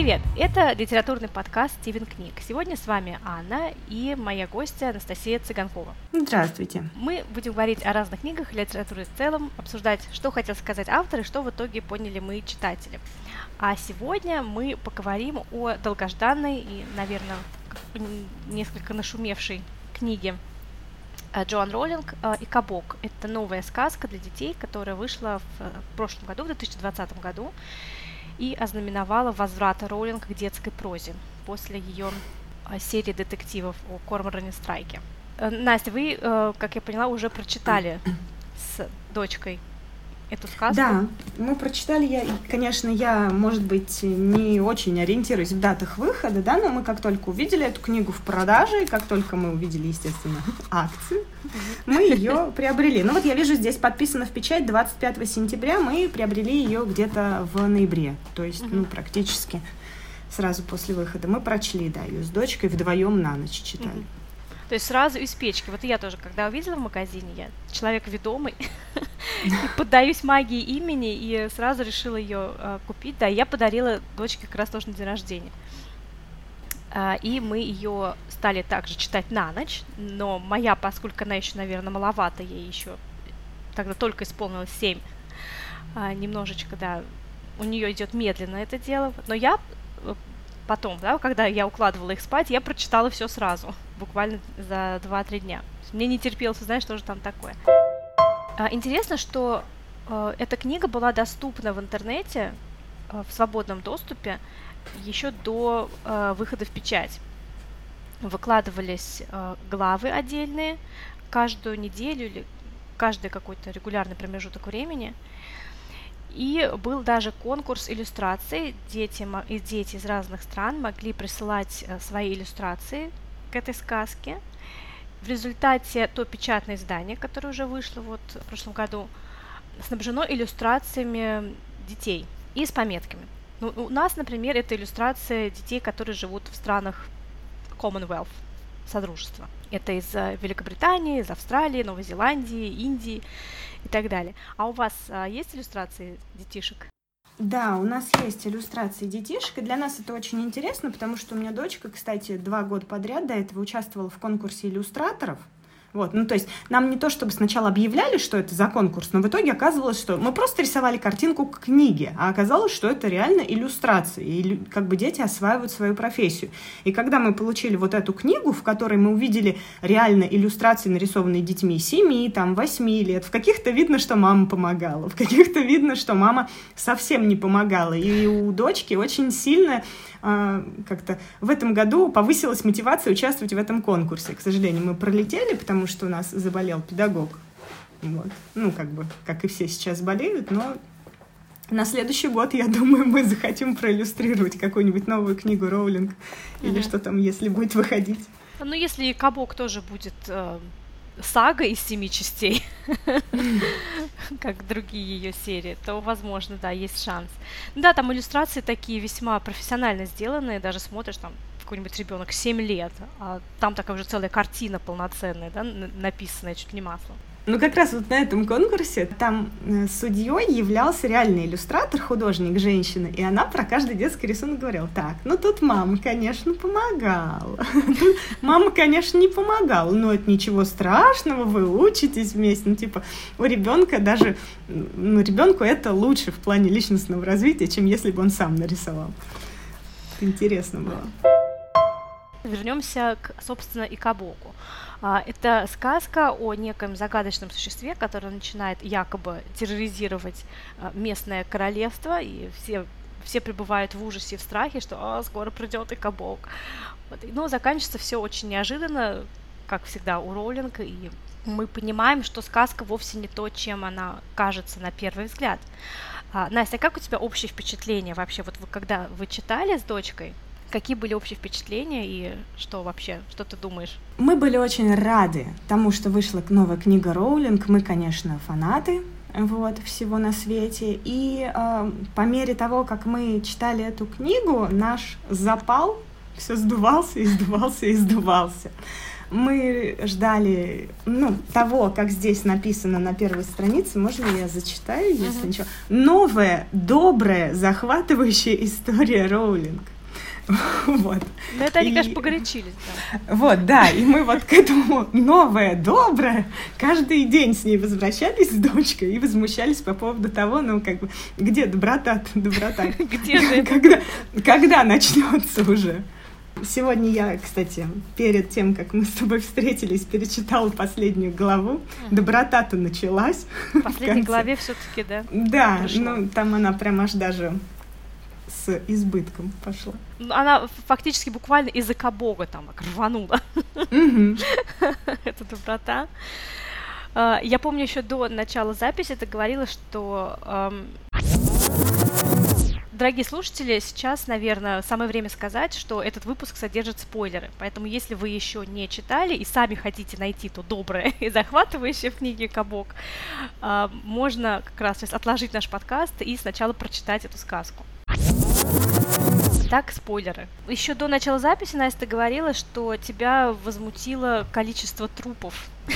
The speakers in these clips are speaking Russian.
Привет! Это литературный подкаст «Стивен книг». Сегодня с вами Анна и моя гостья Анастасия Цыганкова. Здравствуйте! Мы будем говорить о разных книгах, литературе в целом, обсуждать, что хотел сказать автор и что в итоге поняли мы, читатели. А сегодня мы поговорим о долгожданной и, наверное, несколько нашумевшей книге Джоан Роулинг «Колобок». Это новая сказка для детей, которая вышла в прошлом году, в 2020 году, и ознаменовала возврат Роулинг к детской прозе после ее серии детективов о Корморане Страйке. Настя, вы, как я поняла, уже прочитали с дочкой эту сказку? Да, мы прочитали, конечно, я, может быть, не очень ориентируюсь в датах выхода, да, но мы как только увидели эту книгу в продаже, и как только мы увидели, естественно, акцию, мы ее приобрели. Ну вот я вижу, здесь подписано в печать 25 сентября, мы приобрели ее где-то в ноябре, то есть, практически сразу после выхода. Мы прочли, да, ее с дочкой вдвоем на ночь читали. То есть сразу из печки. Вот я тоже, когда увидела в магазине, я человек ведомый, поддаюсь магии имени и сразу решила ее купить. Да, я подарила дочке как раз тоже на день рождения. И мы ее стали также читать на ночь, но моя, поскольку она еще, наверное, маловато, ей еще тогда только исполнилось 7, немножечко, да, у нее идет медленно это дело, но я потом, да, когда я укладывала их спать, я прочитала все сразу, буквально за 2-3 дня. Мне не терпелось узнать, что же там такое. Интересно, что эта книга была доступна в интернете в свободном доступе еще до выхода в печать. Выкладывались главы отдельные каждую неделю или каждый какой-то регулярный промежуток времени. И был даже конкурс иллюстраций. Дети из разных стран могли присылать свои иллюстрации к этой сказке. В результате то печатное издание, которое уже вышло в прошлом году, снабжено иллюстрациями детей и с пометками. Ну, у нас, например, это иллюстрации детей, которые живут в странах Commonwealth, Содружества. Это из Великобритании, из Австралии, Новой Зеландии, Индии и так далее. А у вас есть иллюстрации детишек? Да, у нас есть иллюстрации детишек, и для нас это очень интересно, потому что у меня дочка, кстати, 2 года подряд до этого участвовала в конкурсе иллюстраторов. Вот, ну, то есть нам не то, чтобы сначала объявляли, что это за конкурс, но в итоге оказывалось, что мы просто рисовали картинку к книге, а оказалось, что это реально иллюстрации, и как бы дети осваивают свою профессию. И когда мы получили вот эту книгу, в которой мы увидели реально иллюстрации, нарисованные детьми 7, 8 лет, в каких-то видно, что мама помогала, в каких-то видно, что мама совсем не помогала. И у дочки очень сильно как-то в этом году повысилась мотивация участвовать в этом конкурсе. К сожалению, мы пролетели, потому что у нас заболел педагог. Вот. Ну, как бы, как и все сейчас болеют, но на следующий год, я думаю, мы захотим проиллюстрировать какую-нибудь новую книгу Роулинг или что там, если будет выходить. Ну, если «Колобок» тоже будет сага из 7 частей, как другие ее серии, то, возможно, да, есть шанс. Да, там иллюстрации такие весьма профессионально сделанные, даже смотришь, там, какой-нибудь ребенок 7 лет, а там такая уже целая картина полноценная, да, написанная чуть ли не маслом. Ну, как раз вот на этом конкурсе там судьей являлся реальный иллюстратор, художник, женщина, и она про каждый детский рисунок говорила: так, ну тут мама, конечно, помогала, мама, конечно, не помогала, но это ничего страшного, вы учитесь вместе, ну, типа, у ребенка даже, ну, ребенку это лучше в плане личностного развития, чем если бы он сам нарисовал. Это интересно было. Вернемся, собственно, и «Колобку». Это сказка о неком загадочном существе, которое начинает якобы терроризировать местное королевство, и все пребывают в ужасе и в страхе, что скоро придет и Колобок. Вот. Но заканчивается все очень неожиданно, как всегда у Роулинг, и мы понимаем, что сказка вовсе не то, чем она кажется на первый взгляд. Настя, как у тебя общее впечатление вообще? Вот когда вы читали с дочкой, какие были общие впечатления и что вообще, что ты думаешь? Мы были очень рады тому, что вышла новая книга Роулинг. Мы, конечно, фанаты всего на свете. И по мере того, как мы читали эту книгу, наш запал все сдувался и сдувался и сдувался. Мы ждали, того, как здесь написано на первой странице. Можно я зачитаю, если ничего? Новая, добрая, захватывающая история Роулинг. Вот. Ну, это они, конечно, погорячились, да. Вот, да, и мы вот к этому новое, доброе, каждый день с ней возвращались с дочкой и возмущались по поводу того, ну, как бы, где доброта-то, доброта? Где же? Когда начнется уже? Сегодня я, кстати, перед тем, как мы с тобой встретились, перечитала последнюю главу. Доброта-то началась. В последней главе все-таки, да? Да, пришло. ну, там она прям аж даже с избытком пошла. Она фактически буквально языка Бога там рванула. Это доброта. Я помню, еще до начала записи ты говорила, что... Дорогие слушатели, сейчас, наверное, самое время сказать, что этот выпуск содержит спойлеры. Поэтому, если вы еще не читали и сами хотите найти то доброе и захватывающее в книге «Кабок», можно как раз сейчас отложить наш подкаст и сначала прочитать эту сказку. Так, спойлеры. Еще до начала записи, Настя, говорила, что тебя возмутило количество трупов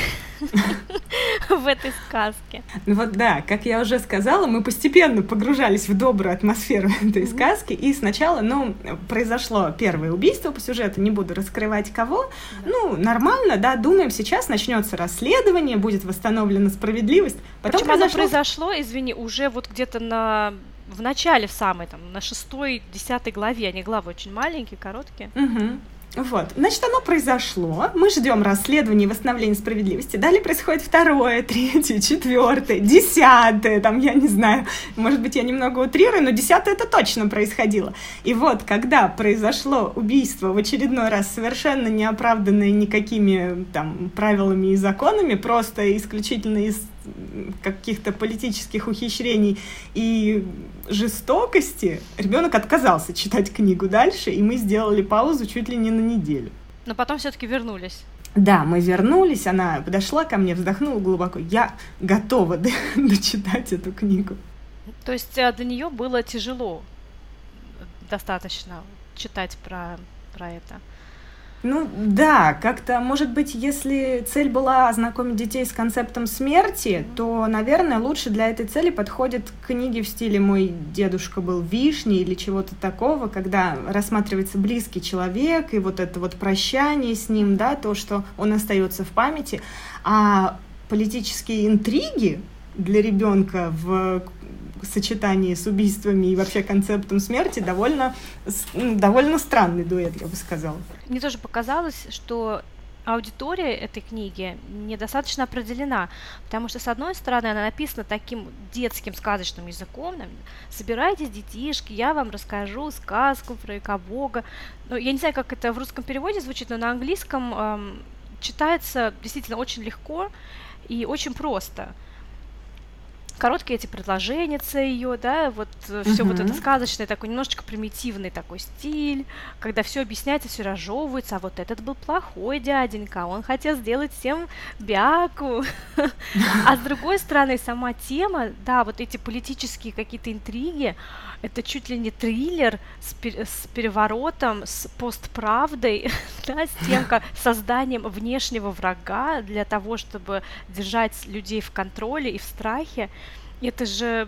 в этой сказке. Вот да, как я уже сказала, мы постепенно погружались в добрую атмосферу этой сказки, и сначала, произошло первое убийство по сюжету, не буду раскрывать кого, нормально, да, думаем, сейчас начнется расследование, будет восстановлена справедливость. Причем оно произошло, извини, уже вот где-то в начале, в самой, там, на 6-10 главе, они главы очень маленькие, короткие. Вот, значит, оно произошло, мы ждем расследования и восстановления справедливости, далее происходит 2-е, 3-е, 4-е, 10-е, там, я не знаю, может быть, я немного утрирую, но 10-е это точно происходило. И вот, когда произошло убийство в очередной раз совершенно не оправданное никакими там правилами и законами, просто исключительно из каких-то политических ухищрений и жестокости, ребенок отказался читать книгу дальше, и мы сделали паузу чуть ли не на неделю. Но потом все-таки вернулись. Да, мы вернулись, она подошла ко мне, вздохнула глубоко. Я готова дочитать эту книгу. То есть для нее было тяжело достаточно читать про это? Ну да, как-то, может быть, если цель была ознакомить детей с концептом смерти, то, наверное, лучше для этой цели подходят книги в стиле «Мой дедушка был вишней» или чего-то такого, когда рассматривается близкий человек и вот это вот прощание с ним, да, то, что он остается в памяти, а политические интриги для ребенка в сочетании с убийствами и вообще концептом смерти довольно странный дуэт, я бы сказала. Мне тоже показалось, что аудитория этой книги недостаточно определена, потому что, с одной стороны, она написана таким детским сказочным языком. Собирайтесь, детишки, я вам расскажу сказку про Экобога. Ну, я не знаю, как это в русском переводе звучит, но на английском читается действительно очень легко и очень просто. Короткие эти предложения ее, да, вот все вот это сказочное, такой немножечко примитивный такой стиль, когда все объясняется, все разжевывается, а вот этот был плохой дяденька, он хотел сделать всем бяку. А с другой стороны, сама тема, да, вот эти политические какие-то интриги, это чуть ли не триллер с переворотом, с постправдой, да, с тем, как созданием внешнего врага для того, чтобы держать людей в контроле и в страхе. Это же,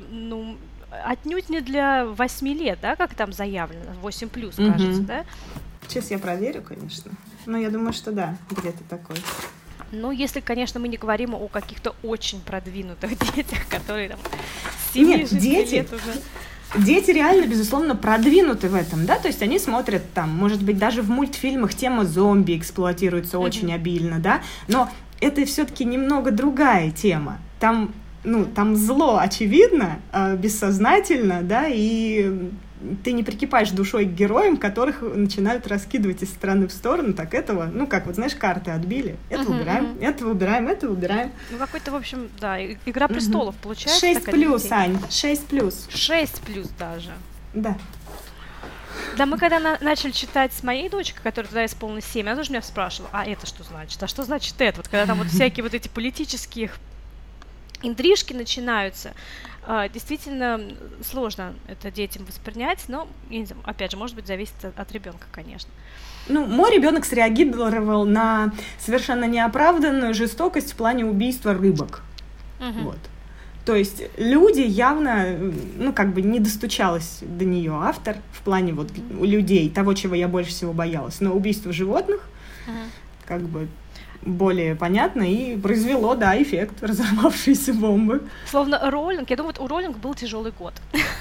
отнюдь не для 8 лет, да, как там заявлено, 8+, кажется, да? Сейчас я проверю, конечно. Но я думаю, что да, где-то такой. Ну, если, конечно, мы не говорим о каких-то очень продвинутых детях, которые там 7-6 лет уже... Дети реально, безусловно, продвинуты в этом, да, то есть они смотрят там, может быть, даже в мультфильмах тема зомби эксплуатируется очень обильно, да, но это все-таки немного другая тема. Там зло очевидно, бессознательно, да, и ты не прикипаешь душой к героям, которых начинают раскидывать из стороны в сторону, так этого, как вот, знаешь, карты отбили, это убираем, это выбираем, это выбираем. Ну, какой-то, в общем, да, «Игра престолов» получается. 6+, Ань, 6+. 6+ даже. Да. Да, мы когда начали читать с моей дочкой, которая тогда исполнилось 7, она тоже меня спрашивала, а это что значит? А что значит это? Вот когда там вот всякие вот эти политические интрижки начинаются, действительно сложно это детям воспринять, но, я не знаю, опять же, может быть, зависит от ребенка, конечно. Мой ребенок среагировал на совершенно неоправданную жестокость в плане убийства рыбок. Вот. То есть люди явно, ну, как бы не достучалась до нее автор в плане вот у людей, того, чего я больше всего боялась. Но убийство животных, как бы более понятно, и произвело, да, эффект разорвавшейся бомбы. Словно Роулинг, я думаю, у Роулинг был тяжелый год.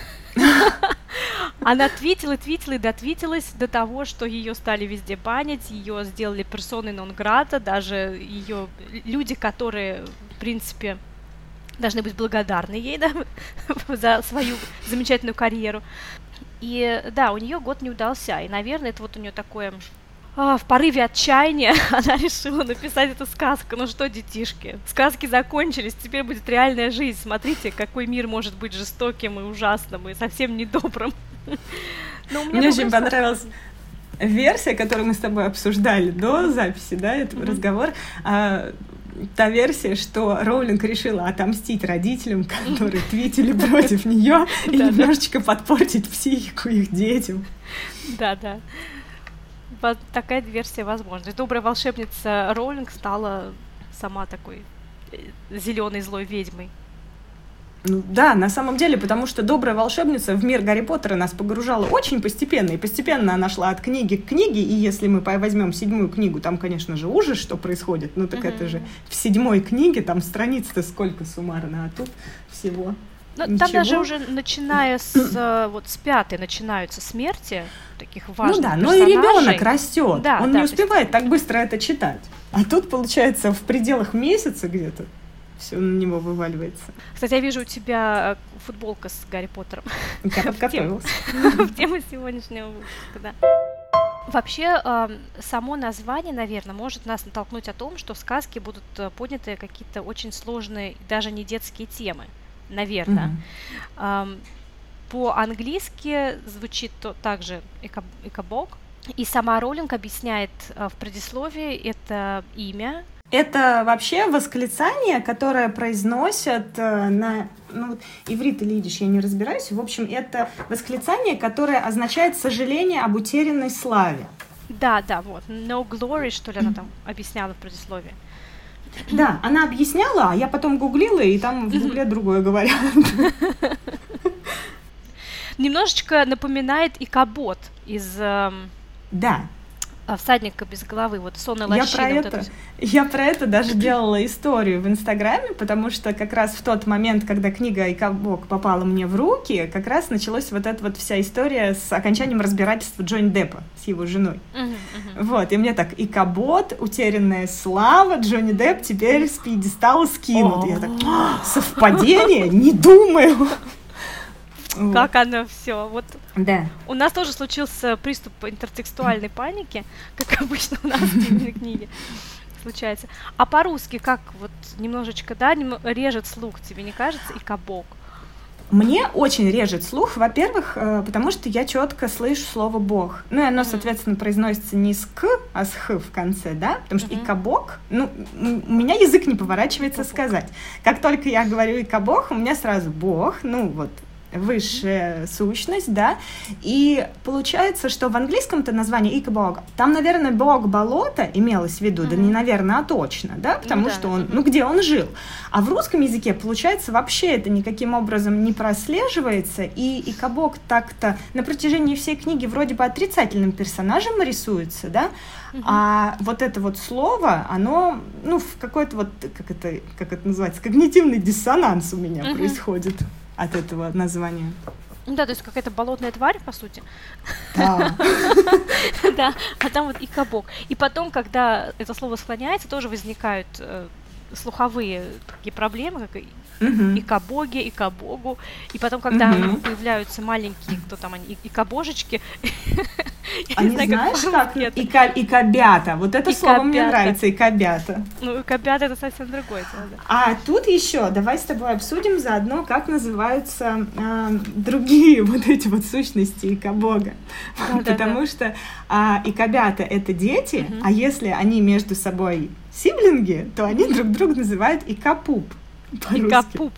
Она твитила и дотвитилась до того, что ее стали везде банить, ее сделали персоной нон-грата, даже ее люди, которые, в принципе, должны быть благодарны ей, да, за свою замечательную карьеру. И да, у нее год не удался, и, наверное, это вот у нее такое... в порыве отчаяния она решила написать эту сказку. Ну что, детишки, сказки закончились, теперь будет реальная жизнь. Смотрите, какой мир может быть жестоким и ужасным, и совсем недобрым. Мне очень понравилась версия, которую мы с тобой обсуждали до записи, да, этого разговора. Та версия, что Роулинг решила отомстить родителям, которые твитили против нее, и немножечко подпортить психику их детям. Да. Такая версия возможна. Добрая волшебница Роулинг стала сама такой зеленой злой ведьмой. Ну, да, на самом деле, потому что добрая волшебница в мир Гарри Поттера нас погружала очень постепенно, и постепенно она шла от книги к книге, и если мы возьмем 7-ю книгу, там, конечно же, ужас, что происходит, ну так это же в 7-й книге, там страниц-то сколько суммарно, а тут всего Ну, там даже уже начиная с 5-й начинаются смерти таких важных персонажей. Ну да, но и ребенок растет, да, он не успевает так быстро это читать. А тут, получается, в пределах месяца где-то все на него вываливается. Кстати, я вижу у тебя футболка с Гарри Поттером. Я подготовилась. В тему сегодняшнего выпуска, да. Вообще, само название, наверное, может нас натолкнуть о том, что в сказке будут подняты какие-то очень сложные, даже не детские темы. Наверное. По-английски звучит также «икабок», и сама Роулинг объясняет в предисловии это имя. Это вообще восклицание, которое произносят на... Ну, иврит или идиш, я не разбираюсь. В общем, это восклицание, которое означает сожаление об утерянной славе. Да, вот. No glory, что ли, она там объясняла в предисловии. Да, она объясняла, а я потом гуглила, и там в гугле другое говорят. Немножечко напоминает Икабод из «Всадника без головы», вот сонная лощина. Я про это даже делала историю в Инстаграме, потому что как раз в тот момент, когда книга «Икабок» попала мне в руки, как раз началась вот эта вот вся история с окончанием разбирательства Джонни Деппа с его женой. Вот, и мне так: Икабод, утерянная слава, Джонни Депп теперь с пьедестала скинут. Я так: совпадение? Не думаю. Как оно все. Вот да. У нас тоже случился приступ интертекстуальной паники, как обычно у нас в Стивене книге случается. А по-русски как вот немножечко, да, режет слух, тебе не кажется, «икабок»? Мне очень режет слух, во-первых, потому что я четко слышу слово «бог». Ну, и оно, соответственно, произносится не с «к», а с «х» в конце, да? Потому что «икабок», ну, у меня язык не поворачивается сказать. Как только я говорю «икабок», у меня сразу «бог», ну, вот, высшая сущность, да, и получается, что в английском-то название «икабок», там, наверное, бог болота имелось в виду, да не наверное, а точно, да, потому что он, где он жил, а в русском языке, получается, вообще это никаким образом не прослеживается, и икабок так-то на протяжении всей книги вроде бы отрицательным персонажем рисуется, да, а вот это вот слово, оно, ну, в какой-то вот, как это называется, когнитивный диссонанс у меня происходит от этого названия. Да, то есть какая-то болотная тварь, по сути. Да. Да, а там вот икабок. И потом, когда это слово склоняется, тоже возникают слуховые такие проблемы, как икабоги, икабогу. И потом, когда появляются маленькие, кто там они, икабожечки. А не знаешь, как икабята? Вот это слово мне нравится, икабята. Ну, икабята — это совсем другое дело, да. А тут еще давай с тобой обсудим заодно, как называются другие вот эти вот сущности икабога. Потому что икабята — это дети, а если они между собой сиблинги, то они друг друга называют икапуп. Икапуп.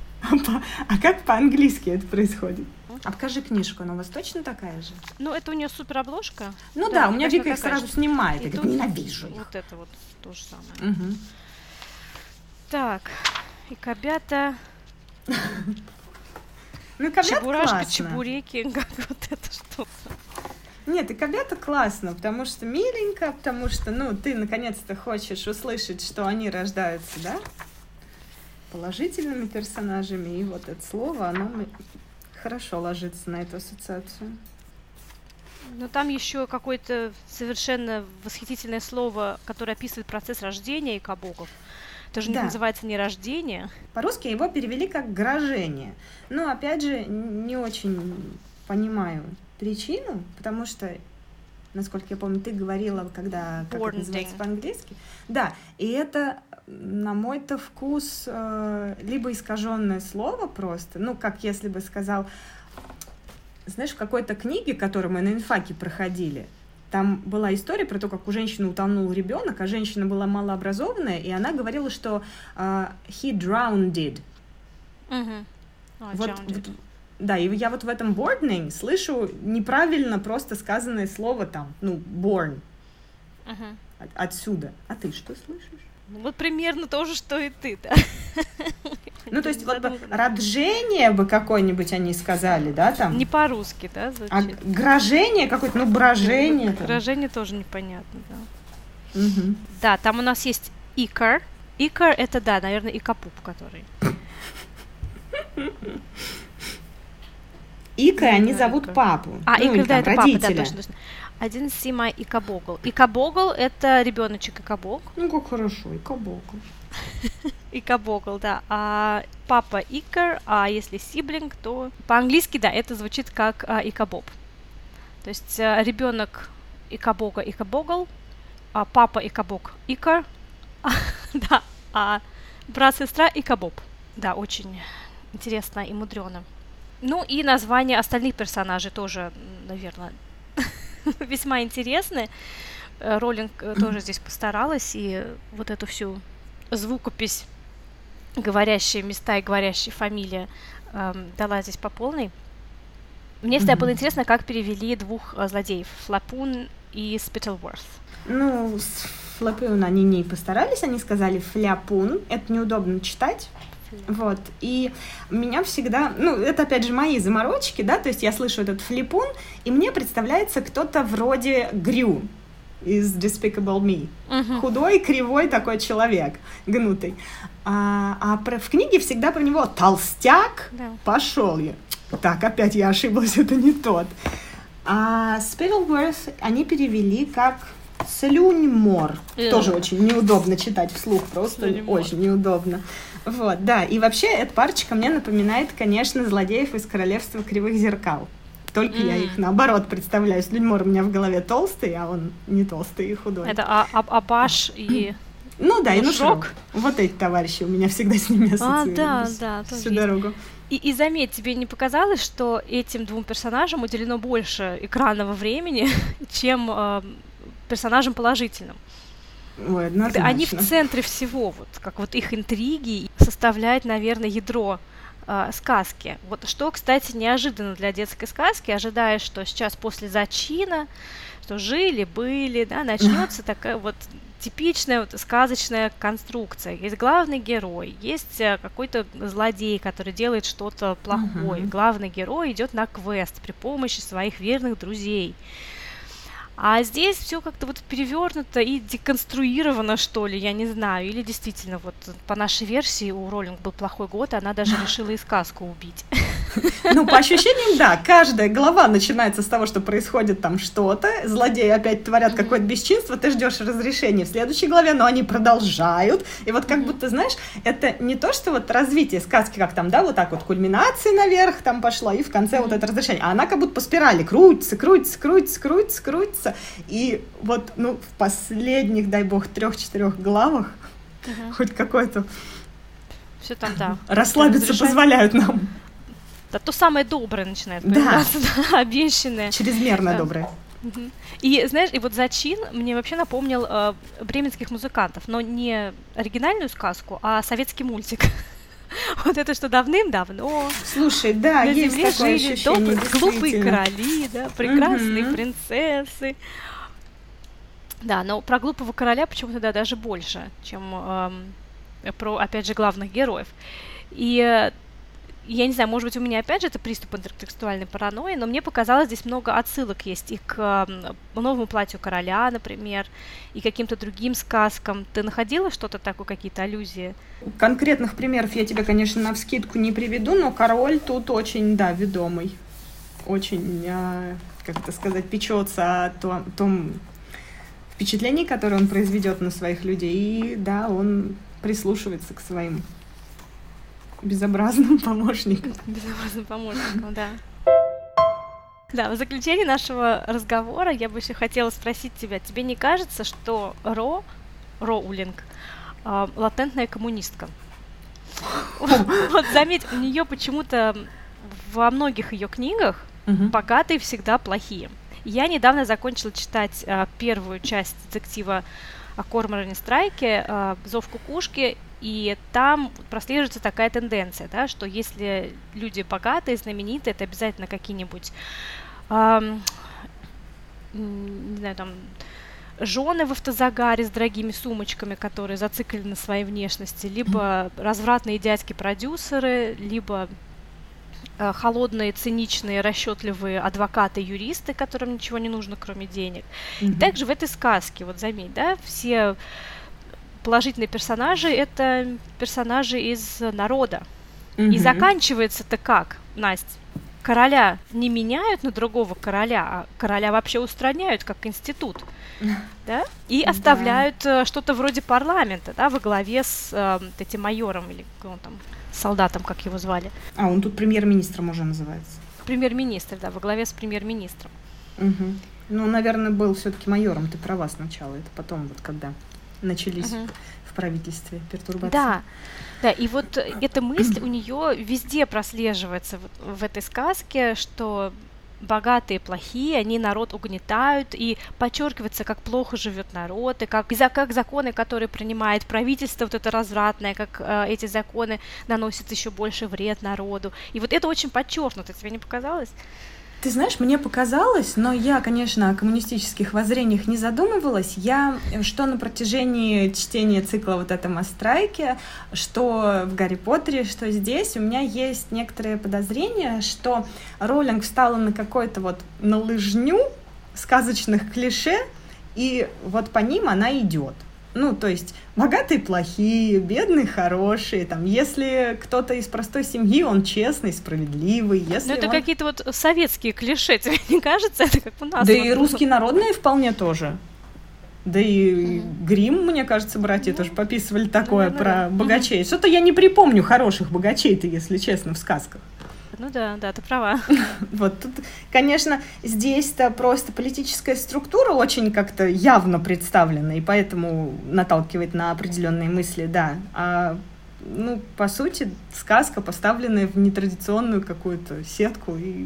А как по-английски это происходит? А покажи книжку, она у вас точно такая же? Ну, это у нее супер обложка. Ну да, у меня Вика их сразу снимает. И я ненавижу их. Вот это вот то же самое. Так, икабята. Ну, котлет Чебурашка, классно. чебуреки, как вот это что-то. Нет, и котлета классно, потому что миленько, потому что, ну, ты наконец-то хочешь услышать, что они рождаются, да, положительными персонажами, и вот это слово, оно хорошо ложится на эту ассоциацию. Но там еще какое-то совершенно восхитительное слово, которое описывает процесс рождения икабогов. Это же Да. называется не рождение. По-русски его перевели как «грожение». Но, опять же, не очень понимаю причину, потому что, насколько я помню, ты говорила, когда как это называется по-английски. Да, и это, на мой-то вкус, либо искаженное слово просто, ну, как если бы сказал, знаешь, в какой-то книге, которую мы на инфаке проходили, там была история про то, как у женщины утонул ребенок, а женщина была малообразованная, и она говорила, что he drowned. Вот, да, и я вот в этом boarding слышу неправильно просто сказанное слово там, ну, born. Отсюда. А ты что слышишь? Вот примерно то же, что и ты, да. Ну, то есть, вот бы роджение бы какое-нибудь они сказали, да, там? Не по-русски, да, звучит? А грожение какое-то, ну, брожение. Грожение тоже непонятно, да. Угу. Да, там у нас есть икар. Икар — это, да, наверное, икапуп, который. Ика, они зовут папу. Ика, да, это папа, да, точно. I didn't see my икабогл. Икабогл — это ребеночек икабог. Ну, как хорошо, икабогл. Икабогл, да. А папа икар, а если сиблинг, то по-английски, да, это звучит как икабоб. То есть ребенок икабога икабогл, а папа икабог икар, да, а брат-сестра икабоб. Да, очень интересно и мудрено. Ну и названия остальных персонажей тоже, наверное, весьма интересны. Роллинг тоже здесь постаралась, и вот эту всю звукопись, говорящие места и говорящие фамилии дала здесь по полной. Мне всегда было интересно, как перевели двух злодеев, Флапун и Спитлворth. Ну, с Флапун они не постарались, они сказали Фляпун, это неудобно читать. Вот, и меня всегда, ну, это опять же мои заморочки, да, то есть я слышу этот флипун, и мне представляется кто-то вроде Грю из Despicable Me. Худой, кривой такой человек, гнутый. В книге всегда про него толстяк, пошел я. Так, опять я ошиблась, это не тот. А Spittlworth они перевели как Слюньмор. Тоже очень неудобно читать вслух, просто очень неудобно. Вот, да, и вообще эта парочка мне напоминает, конечно, злодеев из Королевства Кривых Зеркал. Только я их наоборот представляю. Слюньмор у меня в голове толстый, а он не толстый и худой. Это Абаш и... Ну да, и Нушрок. Вот эти товарищи у меня всегда с ними ассоциировались. Да, всю дорогу. И заметь, тебе не показалось, что этим двум персонажам уделено больше экранного времени, чем персонажам положительным? Ой, однозначно. Они в центре всего, вот как вот их интриги составляют, наверное, ядро сказки. Вот что, кстати, неожиданно для детской сказки, ожидаешь, что сейчас после зачина, что жили-были, да, начнется такая вот типичная вот сказочная конструкция. Есть главный герой, есть какой-то злодей, который делает что-то плохое. Главный герой идет на квест при помощи своих верных друзей. А здесь все как-то вот перевернуто и деконструировано, что ли, я не знаю. Или действительно, вот по нашей версии у Роллинг был плохой год, и она даже решила и сказку убить. Ну, по ощущениям, да, каждая глава начинается с того, что происходит там что-то, злодеи опять творят какое-то бесчинство, ты ждешь разрешения в следующей главе, но они продолжают, и вот как будто, знаешь, это не то, что вот развитие сказки, как там, да, вот так вот кульминация наверх там пошла, и в конце вот это разрешение, а она как будто по спирали крутится, и вот, ну, в последних, дай бог, 3-4 главах хоть какое-то все там, да, расслабиться позволяют нам. Да, то самое доброе начинает появляться, да, обещанное. Чрезмерно доброе. И, знаешь, и вот зачин мне вообще напомнил бременских музыкантов, но не оригинальную сказку, а советский мультик. Вот это что давным-давно. Слушай, да, на есть земле такое жили ощущение, глупые короли, да, прекрасные принцессы. Да, но про глупого короля почему-то, да, даже больше, чем про, опять же, главных героев. И я не знаю, может быть, у меня опять же это приступ интертекстуальной паранойи, но мне показалось, здесь много отсылок есть и к «Новому платью короля», например, и каким-то другим сказкам. Ты находила что-то такое, какие-то аллюзии? Конкретных примеров я тебе, конечно, навскидку не приведу, но король тут очень, да, ведомый. Очень, как это сказать, печется о том впечатлении, которое он произведет на своих людей. И, да, он прислушивается к своим безобразным помощникам. Безобразным помощникам, да. Да, в заключение нашего разговора я бы еще хотела спросить тебя, тебе не кажется, что Роулинг латентная коммунистка? Вот заметь, у нее почему-то во многих ее книгах богатые всегда плохие. Я недавно закончила читать первую часть детектива о Корморане Страйке «Зов кукушки», и там прослеживается такая тенденция, да, что если люди богатые, знаменитые, это обязательно какие-нибудь, не знаю, там, жены в автозагаре с дорогими сумочками, которые зациклены на своей внешности, либо развратные дядьки-продюсеры, либо холодные, циничные, расчетливые адвокаты, юристы, которым ничего не нужно, кроме денег. И также в этой сказке, вот заметь, да, все положительные персонажи — это персонажи из народа. И заканчивается-то как, Настя? Короля не меняют на другого короля, а короля вообще устраняют как институт, да? И оставляют что-то вроде парламента, да, во главе с этим майором или он там, солдатом, как его звали. А, он тут премьер-министром уже называется. Премьер-министр, да, во главе с премьер-министром. Ну, наверное, был все-таки майором, ты права сначала, это потом, вот когда начались в правительстве пертурбации. Да, да, и вот эта мысль у нее везде прослеживается в этой сказке, что богатые плохие, они народ угнетают, и подчеркивается, как плохо живет народ, и как законы, которые принимает правительство, вот это развратное, как эти законы наносят еще больше вред народу. И вот это очень подчеркнуто, тебе не показалось? Ты знаешь, мне показалось, но я, конечно, о коммунистических воззрениях не задумывалась. Я, что на протяжении чтения цикла вот этом о Страйке, что в Гарри Поттере, что здесь, у меня есть некоторые подозрения, что Роулинг встала на какой-то вот на лыжню сказочных клише, и вот по ним она идет. Ну, то есть, богатые плохие, бедные хорошие, там, если кто-то из простой семьи, он честный, справедливый, если Ну, это какие-то вот советские клише, тебе не кажется? Это как у нас. Да вот, и русские народные вполне тоже. Да и Гримм, мне кажется, братья тоже пописывали такое про богачей. Что-то я не припомню хороших богачей-то, если честно, в сказках. Ну да, ты права. Вот тут, конечно, здесь-то просто политическая структура очень как-то явно представлена, и поэтому наталкивает на определенные мысли, да. А, ну, по сути, сказка, поставленная в нетрадиционную какую-то сетку. И...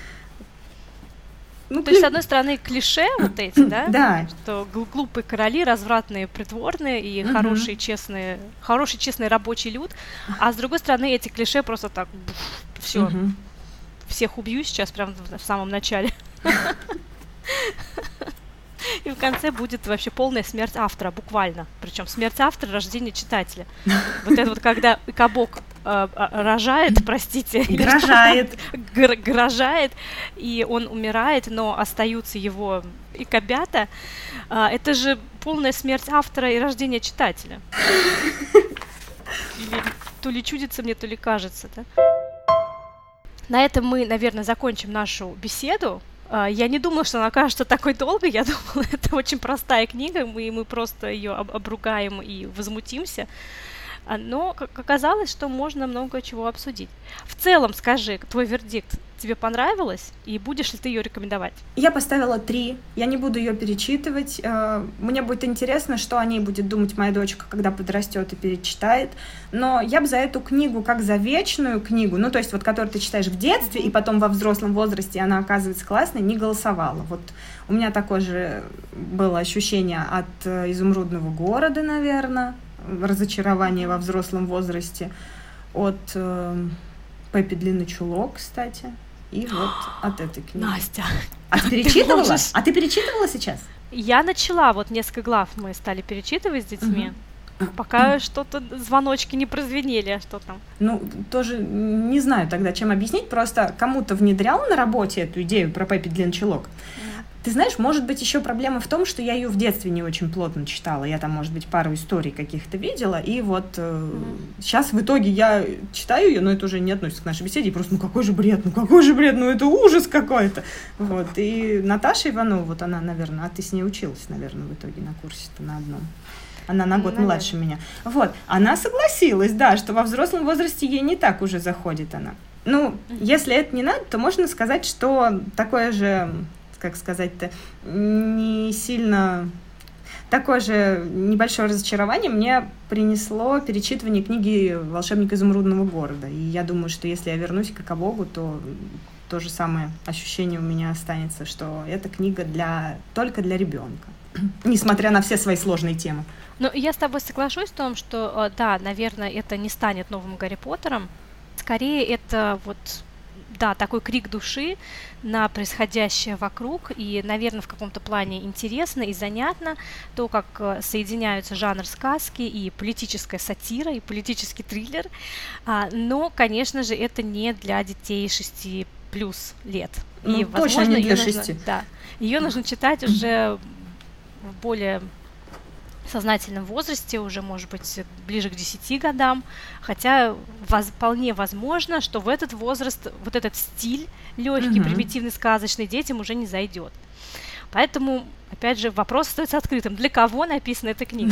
Ну, то есть, с одной стороны, клише вот эти, да? Да. Что глупые короли, развратные, притворные и хороший, честный рабочий люд. А с другой стороны, эти клише просто так, все, всех убью сейчас прямо в самом начале. И в конце будет вообще полная смерть автора, буквально. Причем смерть автора, рождение читателя. Вот это вот, когда кабок рожает, простите. Грожает, и он умирает, но остаются его и кобята. Это же полная смерть автора и рождение читателя. Или то ли чудится мне, то ли кажется, да? На этом мы, наверное, закончим нашу беседу. Я не думала, что она окажется такой долгой. Я думала, это очень простая книга, и мы просто ее обругаем и возмутимся. Но оказалось, что можно много чего обсудить. В целом, скажи, твой вердикт тебе понравилось, и будешь ли ты ее рекомендовать? Я поставила 3, я не буду ее перечитывать. Мне будет интересно, что о ней будет думать моя дочка, когда подрастет и перечитает. Но я бы за эту книгу, как за вечную книгу, ну, то есть вот, которую ты читаешь в детстве, и потом во взрослом возрасте она оказывается классной, не голосовала. Вот у меня такое же было ощущение от «Изумрудного города», наверное, разочарование во взрослом возрасте, от Пеппи Длинный чулок, кстати, и вот от этой книги. Настя! А ты перечитывала? А ты перечитывала сейчас? Я начала, вот несколько глав мы стали перечитывать с детьми. Пока что-то звоночки не прозвенели, а что там? Ну, тоже не знаю тогда, чем объяснить. Просто кому-то внедрял на работе эту идею про Пеппи длинный чулок. Ты знаешь, может быть, еще проблема в том, что я ее в детстве не очень плотно читала. Я там, может быть, пару историй каких-то видела. И вот сейчас в итоге я читаю ее, но это уже не относится к нашей беседе. И просто, ну какой же бред, ну это ужас какой-то. Вот. И Наташа Иванова, вот она, наверное, а ты с ней училась, наверное, в итоге на курсе-то на одном. Она на год младше меня. Вот. Она согласилась, да, что во взрослом возрасте ей не так уже заходит она. Ну, если это не надо, то можно сказать, что такое же, как сказать-то, не сильно... Такое же небольшое разочарование мне принесло перечитывание книги «Волшебник изумрудного города». И я думаю, что если я вернусь к Экобогу, то то же самое ощущение у меня останется, что эта книга только для ребенка, несмотря на все свои сложные темы. Ну, я с тобой соглашусь в том, что, да, наверное, это не станет новым Гарри Поттером. Скорее, это вот, да, такой крик души на происходящее вокруг, и, наверное, в каком-то плане интересно и занятно то, как соединяются жанр сказки и политическая сатира, и политический триллер. Но, конечно же, это не для детей 6 плюс лет. Ну, и, точно возможно, не для 6. Да, ее нужно читать уже в более сознательном возрасте, уже, может быть, ближе к 10 годам, хотя вполне возможно, что в этот возраст вот этот стиль легкий, примитивный, сказочный детям уже не зайдет. Поэтому, опять же, вопрос остается открытым. Для кого написана эта книга?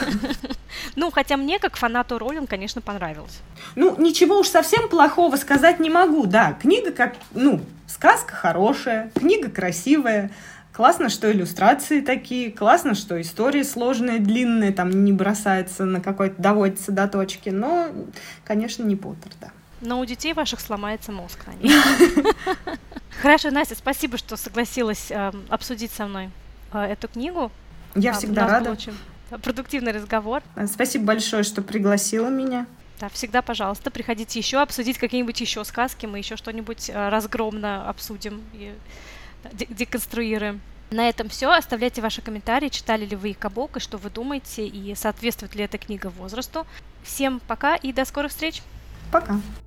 Ну, хотя мне, как фанату Роулинг, конечно, понравилось. Ну, ничего уж совсем плохого сказать не могу, да. Книга как, сказка хорошая, книга красивая. Классно, что иллюстрации такие, классно, что истории сложные, длинные, там не бросается на какой-то, доводится до точки, но, конечно, не Поттер, да. Но у детей ваших сломается мозг на них. Хорошо, Настя, спасибо, что согласилась обсудить со мной эту книгу. Я всегда рада. Был очень продуктивный разговор. Спасибо большое, что пригласила меня. Да, всегда, пожалуйста, приходите еще обсудить какие-нибудь еще сказки, мы еще что-нибудь разгромно обсудим и деконструируем. На этом все. Оставляйте ваши комментарии, читали ли вы Экобог, и что вы думаете, и соответствует ли эта книга возрасту. Всем пока и до скорых встреч. Пока.